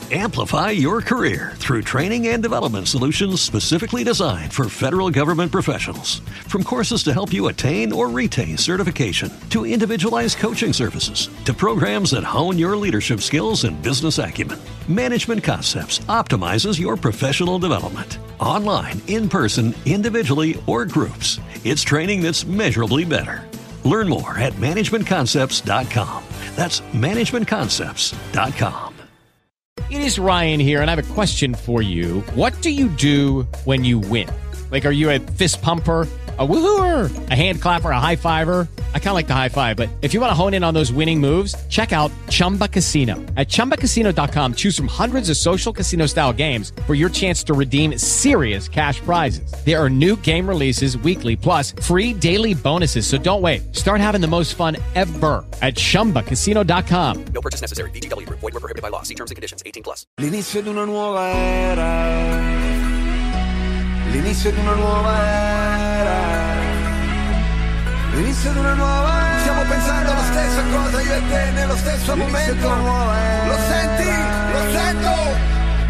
Amplify your career through training and development solutions specifically designed for federal government professionals. From courses to help you attain or retain certification, to individualized coaching services, to programs that hone your leadership skills and business acumen, Management Concepts optimizes your professional development. Online, in person, individually, or groups, it's training that's measurably better. Learn more at managementconcepts.com. That's managementconcepts.com. It is Ryan here, and I have a question for you. What do you do when you win? Like, are you a fist pumper, a woohooer, a hand clapper, a high fiver? I kind of like the high five, but if you want to hone in on those winning moves, check out Chumba Casino. At ChumbaCasino.com, choose from hundreds of social casino-style games for your chance to redeem serious cash prizes. There are new game releases weekly, plus free daily bonuses, so don't wait. Start having the most fun ever at ChumbaCasino.com. No purchase necessary. VGW Group. Void where prohibited by law. See terms and conditions. 18+. L'inizio di una nuova era. L'inizio di una nuova era. L'inizio di una nuova era. Stiamo pensando alla stessa cosa io e te nello stesso L'inizio momento. di una nuova era. Lo senti? Lo sento.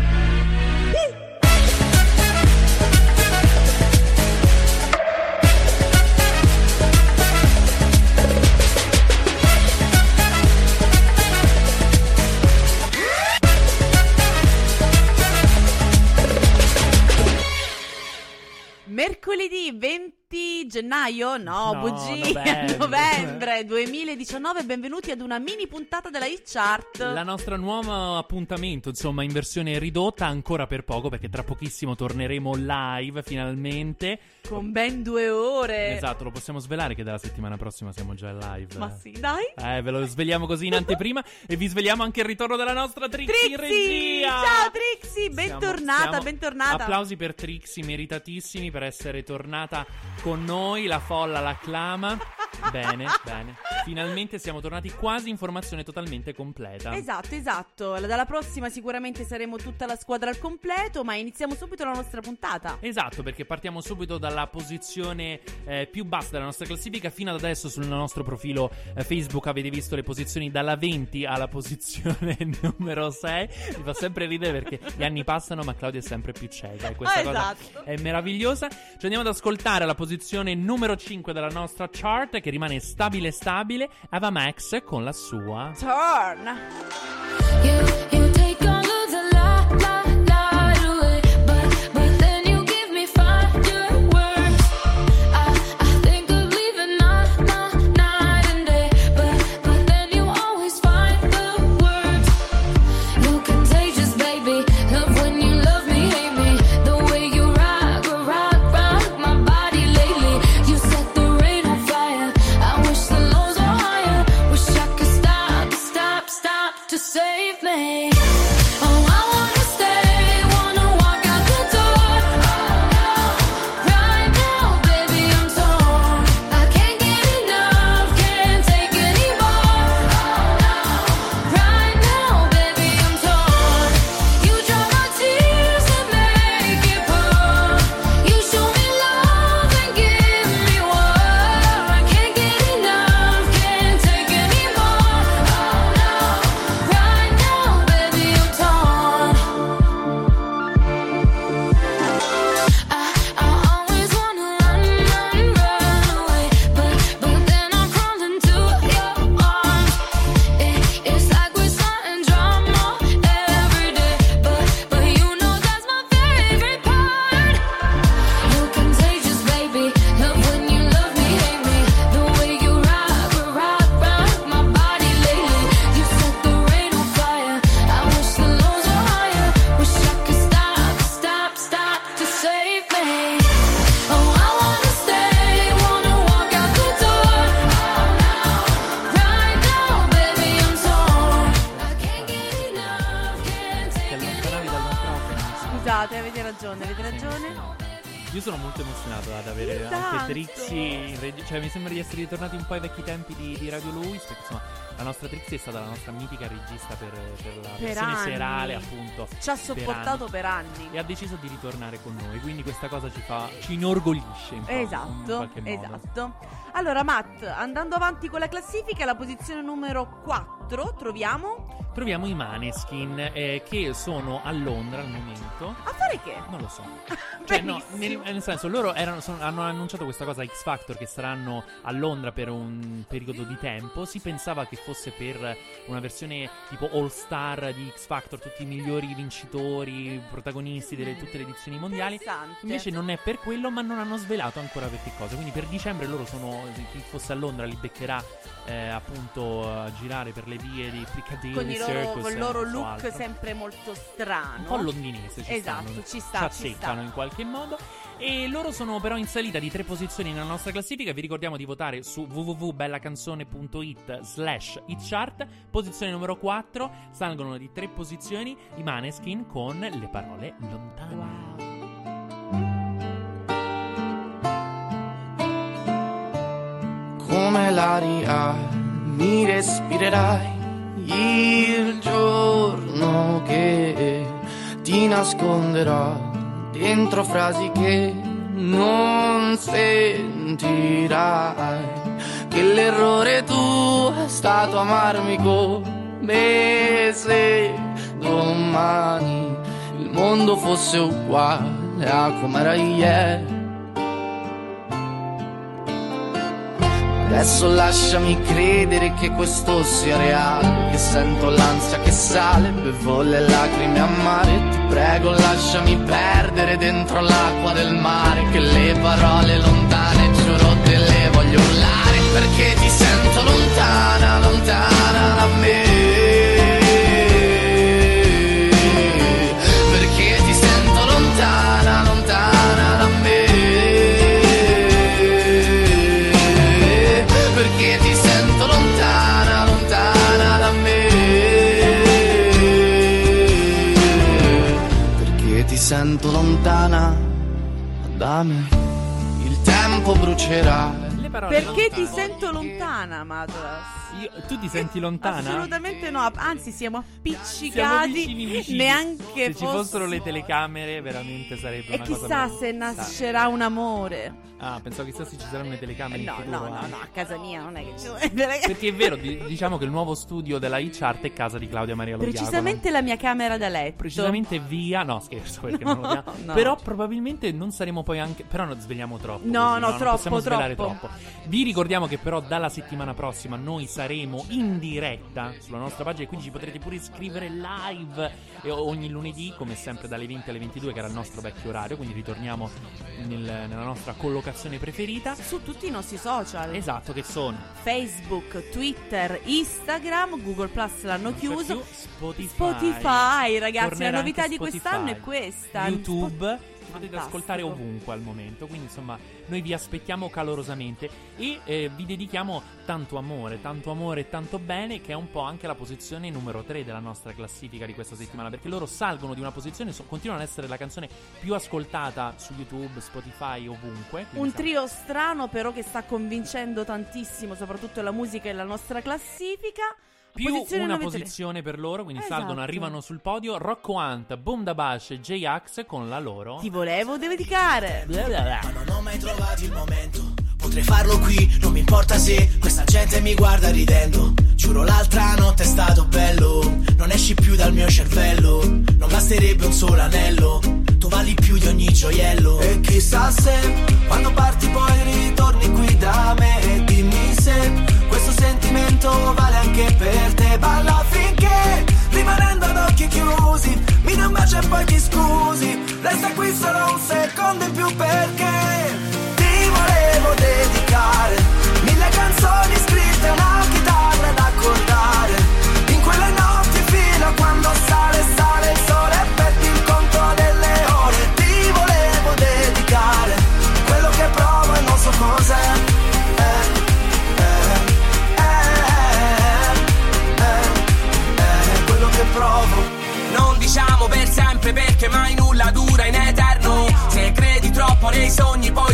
Mercoledì 20 gennaio? No, bugia, novembre 2019, benvenuti ad una mini puntata della Hit Chart. La nostra nuovo appuntamento, insomma, in versione ridotta ancora per poco, perché tra pochissimo torneremo live finalmente. Con ben 2 ore. Esatto, lo possiamo svelare che dalla settimana prossima siamo già live. Ma sì, dai. Ve lo svegliamo così in anteprima e vi svegliamo anche il ritorno della nostra Trixie in regia. Ciao Trixie, bentornata, bentornata. Applausi per Trixie, meritatissimi per essere tornata con noi, la folla l'acclama. Bene, bene. Finalmente siamo tornati quasi in formazione totalmente completa. Esatto. Dalla prossima sicuramente saremo tutta la squadra al completo, ma iniziamo subito la nostra puntata. Esatto, perché partiamo subito dalla posizione più bassa della nostra classifica. Fino ad adesso sul nostro profilo Facebook avete visto le posizioni dalla 20 alla posizione numero 6. Mi fa sempre ridere perché gli anni passano ma Claudia è sempre più cieca e questa cosa è meravigliosa. Ci andiamo ad ascoltare la posizione numero 5 della nostra chart, che rimane stabile. Ava Max con la sua Turn. You take all of the light away, but then you give me fireworks. I think of leaving night and day, but then you always find the words. You're contagious, baby. Love when you love me, hate me. The way you rock my body lately. You set the rain on fire. I wish the lows were higher. Wish I could stop to save me. Oh, I wanna stay, wanna walk out the door. Right now, baby, I'm torn. I can't get enough, can't take anymore. Right now, baby, I'm torn. You dry my tears and make it pour. You show me love and give me war. I can't get enough, can't take anymore. Right now, baby, I'm torn. I always wanna run away, but then I crawl into your arms. It's like we're starting drama every day, but you know that's my favorite part. You're contagious, baby. Love when you love me, hate me. The way you rock my body lately. You set the rain on fire. I wish the lows were higher. Wish I could stop to save me. Oh, I wanna stay, wanna walk out the door. Right now, baby, I'm torn. I can't get enough, can't Ti take allontanavi dal microfono. Scusate, avete ragione. Io sono molto emozionato ad avere Tanto. anche Trixie in regia. Cioè, mi sembra di essere ritornati un po' ai vecchi tempi di Radio Lewis, perché insomma la nostra Trixie è stata la nostra mitica regista per la versione anni. serale, appunto. Ci ha sopportato per anni. E ha deciso di ritornare con noi, quindi questa cosa ci inorgoglisce in qualche modo. Esatto. Allora Matt, andando avanti con la classifica, la posizione numero 4 4 troviamo i Maneskin, che sono a Londra al momento. A fare che? Non lo so. Cioè, no, Benissimo. nel senso, loro hanno annunciato questa cosa a X Factor, che saranno a Londra per un periodo di tempo. Si pensava che fosse per una versione tipo All Star di X Factor, tutti i migliori vincitori, protagonisti delle tutte le edizioni mondiali. Interessante. Invece non è per quello, ma non hanno svelato ancora per che cosa. Quindi per dicembre loro chi fosse a Londra li beccherà appunto a girare per le vie di Piccadilly Circus, con il loro non so look altro. sempre molto strano. Un po' londinese, Esatto, ci sta, ci azzeccano sta. in qualche modo. E loro sono però in salita di 3 posizioni nella nostra classifica. Vi ricordiamo di votare su www.bellacanzone.it/hitchart. Posizione numero 4, salgono di 3 posizioni i Maneskin con Le parole lontane. Wow. Come l'aria mi respirerai il giorno che ti nasconderò dentro frasi che non sentirai, che l'errore tuo è stato amarmi come se domani il mondo fosse uguale a com'era ieri. Adesso lasciami credere che questo sia reale, che sento l'ansia che sale, bevo le lacrime amare. Ti prego lasciami perdere dentro l'acqua del mare, che le parole lontane giuro te le voglio urlare, perché ti sento lontana, lontana da me, perché ti sento lontana, lontana da me, perché ti sento lontana, lontana da me, perché ti sento lontana da me. Il tempo brucerà. Le parole Perché ti lontane. sento lontana, Madolas? Tu ti senti lontana? Assolutamente no, anzi siamo Siamo appiccicati, vicini. neanche Se ci fossero le telecamere veramente sarebbe E una cosa chissà molto- se nascerà un amore. Ah, pensavo chissà se ci saranno le telecamere in No, futuro. no, no, eh. no, a casa mia non è che ci sono. Perché è vero, diciamo che il nuovo studio della HArt è casa di Claudia Maria Loiacono. Precisamente la mia camera da letto. Precisamente via. No, scherzo, perché non lo diamo. no. Però probabilmente non saremo poi anche. Però non sveliamo troppo. No, così, no, non troppo, possiamo svelare troppo. troppo. Vi ricordiamo che però dalla settimana prossima noi saremo in diretta sulla nostra pagina, e quindi ci potrete pure iscrivere live ogni lunedì, come sempre dalle 20 alle 22, che era il nostro vecchio orario. Quindi ritorniamo nella nostra collocazione preferita. Su tutti i nostri social. Esatto, che sono Facebook, Twitter, Instagram, Google Plus l'hanno non c'è chiuso. più, Spotify, ragazzi, Tornerà la novità anche di quest'anno è Spotify. questa. YouTube. Potete Fantastico. ascoltare ovunque al momento. Quindi insomma noi vi aspettiamo calorosamente e vi dedichiamo tanto amore e tanto bene, che è un po' anche la posizione numero 3 della nostra classifica di questa settimana, perché loro salgono di una posizione, continuano ad essere la canzone più ascoltata su YouTube, Spotify, ovunque. Quindi Un trio strano però che sta convincendo tantissimo, soprattutto la musica e la nostra classifica. più Posizione una 9-3. posizione per loro, quindi Esatto. salgono, arrivano sul podio Rocco Hunt, Boom Da Bash e J-Ax con la loro Ti volevo dedicare. Non ho mai trovato il momento, potrei farlo qui, non mi importa se questa gente mi guarda ridendo. Giuro l'altra notte è stato bello, non esci più dal mio cervello, non basterebbe un solo anello, tu vali più di ogni gioiello. E chissà se quando parti poi ritorni qui da me, e dimmi se questo sentimento vale anche per te. Balla finché, rimanendo ad occhi chiusi, mi dai un bacio e poi ti scusi, resta qui solo un secondo in più perché ti volevo dedicare 1000 canzoni scritte, una chitarra da accordare, in quelle notti fino a quando sale il sole e perdi il conto delle ore. Ti volevo dedicare quello che provo e non so cos'è. Quello che provo. Non diciamo per sempre perché mai nulla dura in eterno. Se credi troppo nei sogni poi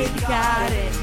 dedicare.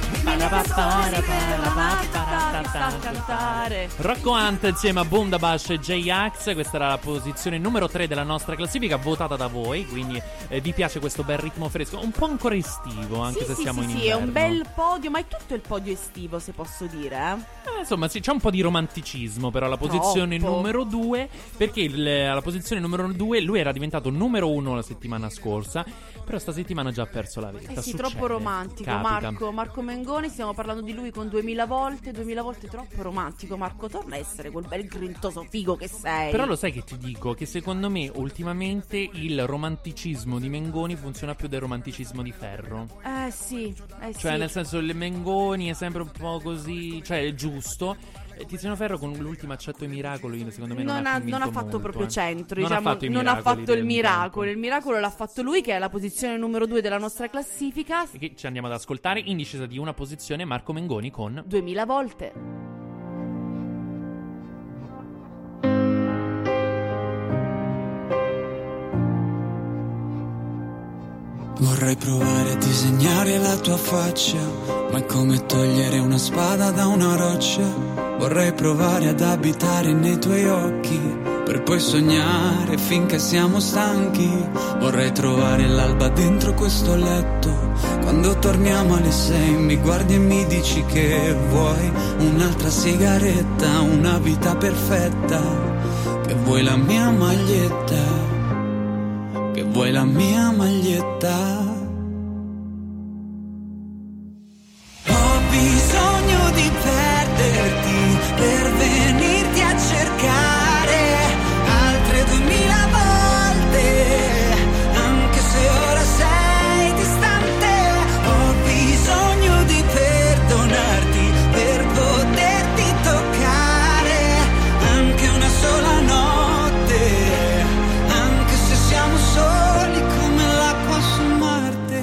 Cantare. Rocco Hunt insieme a Bundabash e J-Ax. Questa era la posizione numero 3 della nostra classifica, votata da voi. Quindi vi piace questo bel ritmo fresco, un po' ancora estivo, anche se siamo in inverno. Sì, è un bel podio, ma è tutto il podio estivo, se posso dire. Insomma, sì, c'è un po' di romanticismo però alla posizione numero 2, perché alla posizione numero 2 lui era diventato numero 1 la settimana scorsa, però sta settimana ha già perso la vetta. Sì, Succede. troppo romantico. Capita. Marco Mengoni, stiamo parlando di lui con 2000 volte troppo romantico. Marco, torna a essere quel bel grintoso figo che sei. Però lo sai che ti dico? Che secondo me ultimamente il romanticismo di Mengoni funziona più del romanticismo di Ferro. Sì. Cioè nel senso, il Mengoni è sempre un po' così, cioè è giusto. Tiziano Ferro con l'ultimo accetto ai miracoli, secondo me non ha fatto molto, proprio centro, non diciamo, ha fatto non ha fatto il miracolo. tempo. Il miracolo l'ha fatto lui, che è la posizione numero 2 della nostra classifica. E che ci andiamo ad ascoltare in discesa di una posizione, Marco Mengoni con 2000 volte. Vorrei provare a disegnare la tua faccia, ma è come togliere una spada da una roccia. Vorrei provare ad abitare nei tuoi occhi, per poi sognare finché siamo stanchi. Vorrei trovare l'alba dentro questo letto, quando torniamo alle 6 mi guardi e mi dici che vuoi un'altra sigaretta, una vita perfetta, che vuoi la mia maglietta, che vuoi la mia maglietta. Ho bisogno di perderti per venirti a cercare altre 2000 volte, anche se ora sei distante. Ho bisogno di perdonarti per poterti toccare anche una sola notte, anche se siamo soli come l'acqua su Marte.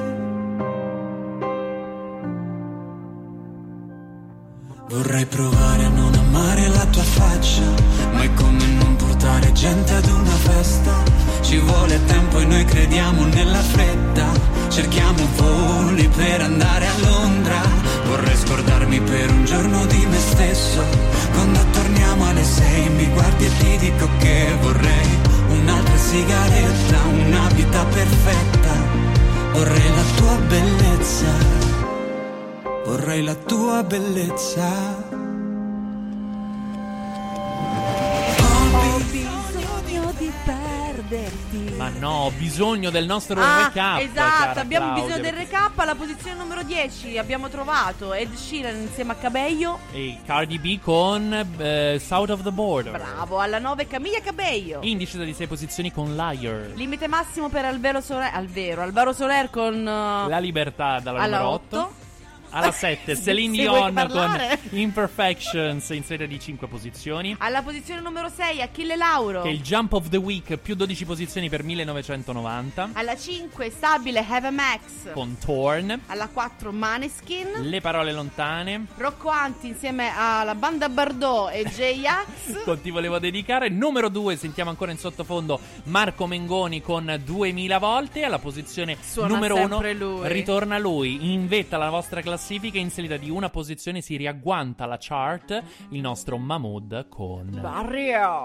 Vorrei provare a non amare la tua faccia, ma è come non portare gente ad una festa. Ci vuole tempo e noi crediamo nella fretta, cerchiamo voli per andare a Londra. Vorrei scordarmi per un giorno di me stesso, quando torniamo alle 6 mi guardi e ti dico che vorrei un'altra sigaretta, una vita perfetta. Vorrei la tua bellezza, vorrei la tua bellezza. Ho bisogno di perderti. Ma no, ho bisogno del nostro recap. Esatto, abbiamo Claudia, bisogno del recap. Alla posizione numero 10 abbiamo trovato Ed Sheeran insieme a Cabello. E Cardi B con South of the Border. Bravo. Alla 9 Camilla Cabello. In discesa di 6 posizioni con Liar. Limite massimo per Alvaro Soler con La libertà dalla alla numero 8. 8. Alla 7 Celine Se vuoi Dion con parlare. Imperfections, in serie di 5 posizioni. Alla posizione numero 6 Achille Lauro. Che è il Jump of the Week, più 12 posizioni per 1990. Alla 5 stabile Heavy Max Con Torn. Alla 4 Maneskin. Le parole lontane. Rocco Hunt insieme alla banda Bardot e J-Ax. Con Ti volevo dedicare. Numero 2 sentiamo ancora in sottofondo Marco Mengoni con 2000 volte. Alla posizione Suona numero 1 sempre lui. ritorna lui. In vetta alla vostra classifica, in salita di una posizione si riagguanta la chart il nostro Mahmood con Barrio.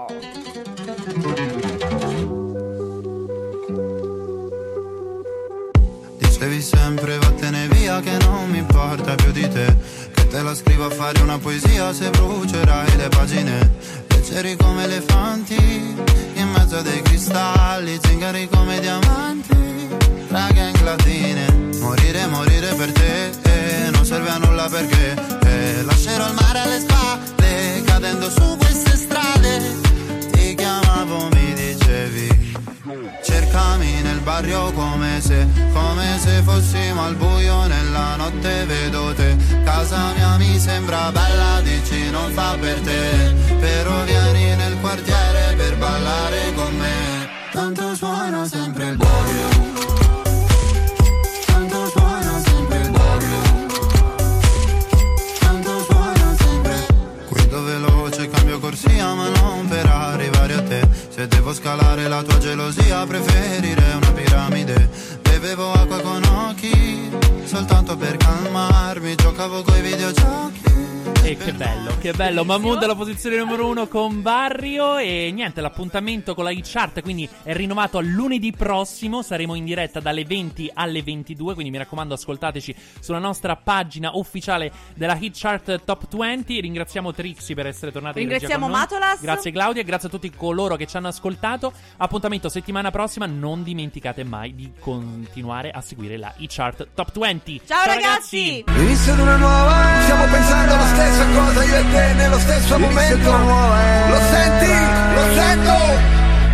Dicevi sempre vattene via che non mi importa più di te, che te la scrivo a fare una poesia se brucerai le pagine. Leggeri come elefanti in mezzo a dei cristalli, zingari come diamanti tra gang latine. Morire per te non serve a nulla perché lascerò il mare alle spalle cadendo su queste strade. Ti chiamavo, mi dicevi cercami nel barrio come se fossimo al buio nella notte. Vedo te, casa mia mi sembra bella, dici non fa per te, però vieni nel quartiere per ballare con me. Tanto suona sempre il barrio, tanto suona sempre il barrio, tanto suona sempre. Guido veloce, cambio corsia ma non per arrivare a te. Se devo scalare la tua gelosia preferirei una piramide. Bevevo acqua con occhi soltanto per giocavo coi videogiochi. E che bello, Mahmood alla posizione numero 1 con Barrio. E niente, l'appuntamento con la Hit Chart quindi è rinnovato a lunedì prossimo. Saremo in diretta dalle 20 alle 22, quindi mi raccomando ascoltateci sulla nostra pagina ufficiale della Hit Chart Top 20. Ringraziamo Trixie per essere tornata in regia con noi. Matolas. Grazie Claudia, grazie a tutti coloro che ci hanno ascoltato. Appuntamento settimana prossima, non dimenticate mai di continuare a seguire la Hit Chart Top 20. Ciao ragazzi! Inizio di una nuova era. Stiamo pensando alla stessa cosa io e te nello stesso momento. Di una nuova era. Lo senti? Lo sento!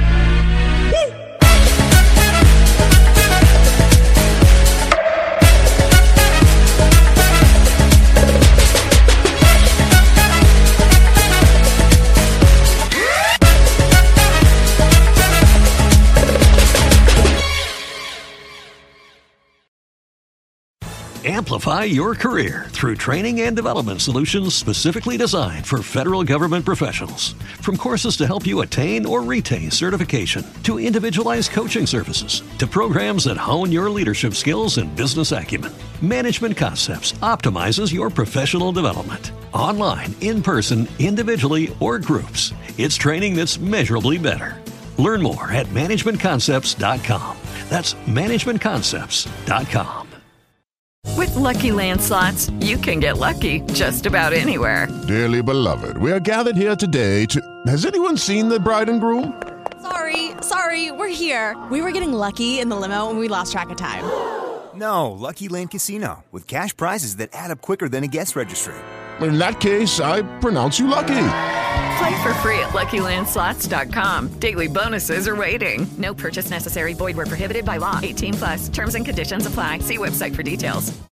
Amplify your career through training and development solutions specifically designed for federal government professionals. From courses to help you attain or retain certification, to individualized coaching services, to programs that hone your leadership skills and business acumen, Management Concepts optimizes your professional development. Online, in person, individually, or groups, it's training that's measurably better. Learn more at managementconcepts.com. That's managementconcepts.com. With Lucky Land Slots, you can get lucky just about anywhere. Dearly beloved, we are gathered here today to... Has anyone seen the bride and groom? Sorry, we're here. We were getting lucky in the limo and we lost track of time. No, Lucky Land Casino, with cash prizes that add up quicker than a guest registry. In that case, I pronounce you lucky. Play for free at LuckyLandSlots.com. Daily bonuses are waiting. No purchase necessary. Void where prohibited by law. 18+. Terms and conditions apply. See website for details.